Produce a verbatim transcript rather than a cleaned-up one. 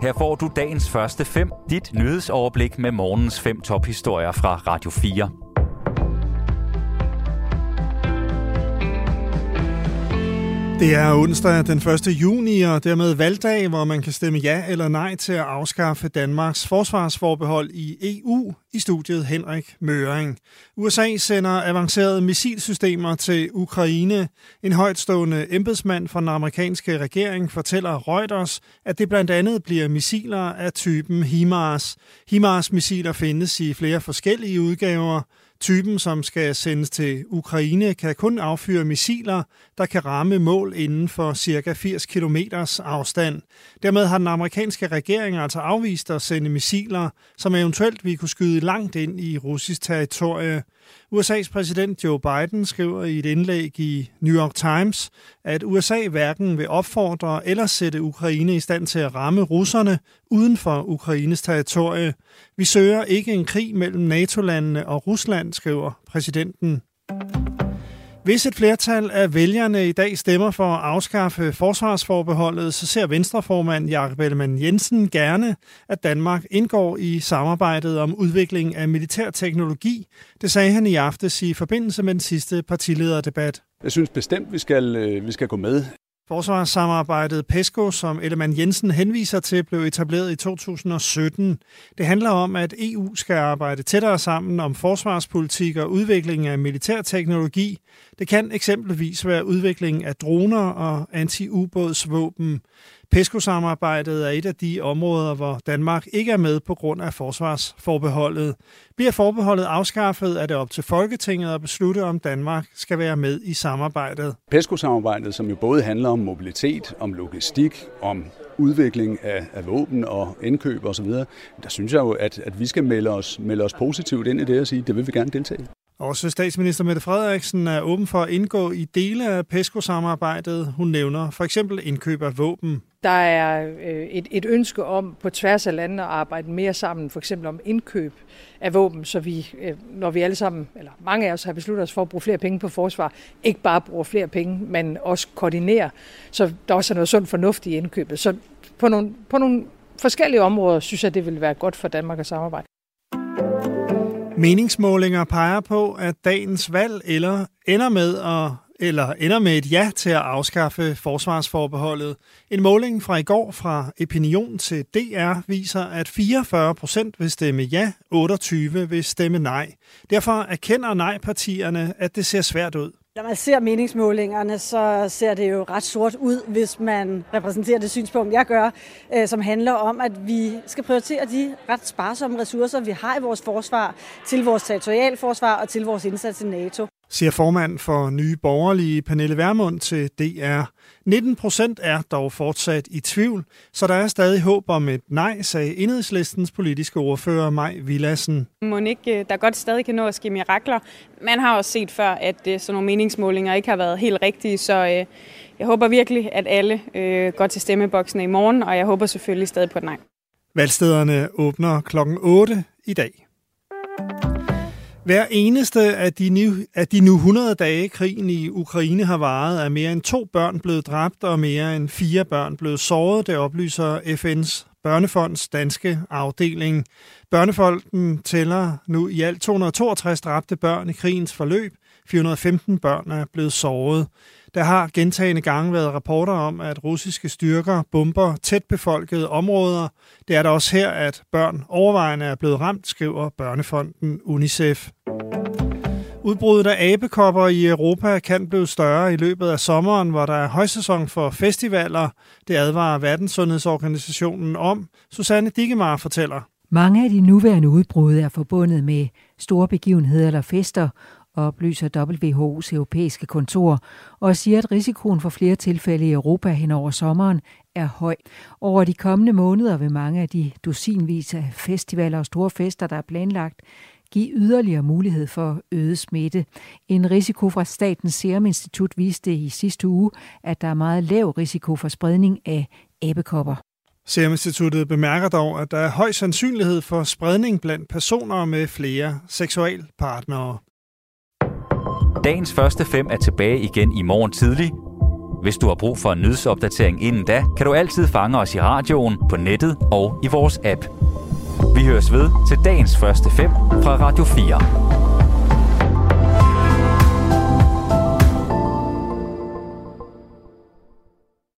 Her får du dagens første fem, dit nyhedsoverblik med morgens fem tophistorier fra Radio fire. Det er onsdag den første juni, og dermed valgdag, hvor man kan stemme ja eller nej til at afskaffe Danmarks forsvarsforbehold i E U. I studiet Henrik Møring. U S A sender avancerede missilsystemer til Ukraine. En højtstående embedsmand fra den amerikanske regering fortæller Reuters, at det blandt andet bliver missiler af typen HIMARS. HIMARS-missiler findes i flere forskellige udgaver. Typen, som skal sendes til Ukraine, kan kun affyre missiler, der kan ramme mål inden for ca. firs kilometers afstand. Dermed har den amerikanske regering altså afvist at sende missiler, som eventuelt vil kunne skyde langt ind i russisk territorie. U S A's præsident Joe Biden skriver i et indlæg i New York Times, at U S A hverken vil opfordre eller sætte Ukraine i stand til at ramme russerne uden for Ukraines territorie. Vi søger ikke en krig mellem NATO-landene og Rusland, skriver præsidenten. Hvis et flertal af vælgerne i dag stemmer for at afskaffe forsvarsforbeholdet, så ser Venstreformand Jakob Ellemann-Jensen gerne, at Danmark indgår i samarbejdet om udvikling af militær teknologi. Det sagde han i aftes i forbindelse med den sidste partilederdebat. Jeg synes bestemt, vi skal, vi skal gå med. Forsvarssamarbejdet PESCO, som Ellemann-Jensen henviser til, blev etableret i to tusind og sytten. Det handler om, at E U skal arbejde tættere sammen om forsvarspolitik og udvikling af militærteknologi. Det kan eksempelvis være udvikling af droner og anti-ubådsvåben. PESCO-samarbejdet er et af de områder, hvor Danmark ikke er med på grund af forsvarsforbeholdet. Bliver forbeholdet afskaffet, er det op til Folketinget at beslutte, om Danmark skal være med i samarbejdet. PESCO-samarbejdet, som jo både handler om mobilitet, om logistik, om udvikling af, af våben og indkøb osv., der synes jeg jo, at, at vi skal melde os, melde os positivt ind i det og sige, det vil vi gerne deltage i. Også statsminister Mette Frederiksen er åben for at indgå i dele af PESCO-samarbejdet. Hun nævner for eksempel indkøb af våben. Der er et, et ønske om på tværs af landene at arbejde mere sammen, for eksempel om indkøb af våben, så vi, når vi alle sammen, eller mange af os har besluttet os for at bruge flere penge på forsvar, ikke bare bruger flere penge, men også koordinerer, så der også er noget sundt fornuft i indkøbet. Så på nogle, på nogle forskellige områder synes jeg, det vil være godt for Danmark at samarbejde. Meningsmålinger peger på, at dagens valg eller ender med at eller ender med et ja til at afskaffe forsvarsforbeholdet. En måling fra i går fra Opinion til D R viser, at fireogfyrre procent vil stemme ja, otteogtyve vil stemme nej. Derfor erkender nej-partierne, at det ser svært ud. Når man ser meningsmålingerne, så ser det jo ret sort ud, hvis man repræsenterer det synspunkt, jeg gør, øh, som handler om, at vi skal prioritere de ret sparsomme ressourcer, vi har i vores forsvar, til vores territorialforsvar og til vores indsats i NATO. Siger formand for Nye Borgerlige Pernille Vermund til D R. nitten procent er dog fortsat i tvivl, så der er stadig håb om et nej, sagde Enhedslistens politiske ordfører Mai Villadsen. Må ikke, der godt stadig kan nå at ske mirakler. Man har også set før, at sådan nogle meningsmålinger ikke har været helt rigtige, så øh, jeg håber virkelig, at alle øh, går til stemmeboksene i morgen, og jeg håber selvfølgelig stadig på et nej. Valgstederne åbner klokken otte i dag. Hver eneste af de, nu, af de nu hundrede dage, krigen i Ukraine har varet, er mere end to børn blevet dræbt og mere end fire børn blevet såret, det oplyser F N's Børnefonds danske afdeling. Børnefonden tæller nu i alt to hundrede og toogtres dræbte børn i krigens forløb. fire hundrede og femten børn er blevet såret. Der har gentagne gange været rapporter om, at russiske styrker bomber tæt befolkede områder. Det er der også her, at børn overvejende er blevet ramt, skriver Børnefonden UNICEF. Udbruddet af abekopper i Europa kan blive større i løbet af sommeren, hvor der er højsæson for festivaler. Det advarer Verdenssundhedsorganisationen om. Susanne Digemar fortæller. Mange af de nuværende udbrud er forbundet med store begivenheder eller fester, oplyser W H O's europæiske kontor, og siger, at risikoen for flere tilfælde i Europa hen over sommeren er høj. Over de kommende måneder vil mange af de dusinvis af festivaler og store fester, der er planlagt, give yderligere mulighed for øget smitte. En risiko fra Statens Serum Institut viste i sidste uge, at der er meget lav risiko for spredning af abekopper. Serum Instituttet bemærker dog, at der er høj sandsynlighed for spredning blandt personer med flere seksualpartnere. Dagens første fem er tilbage igen i morgen tidlig. Hvis du har brug for en nyhedsopdatering inden da, kan du altid fange os i radioen, på nettet og i vores app. Vi høres ved til dagens første fem fra Radio fire.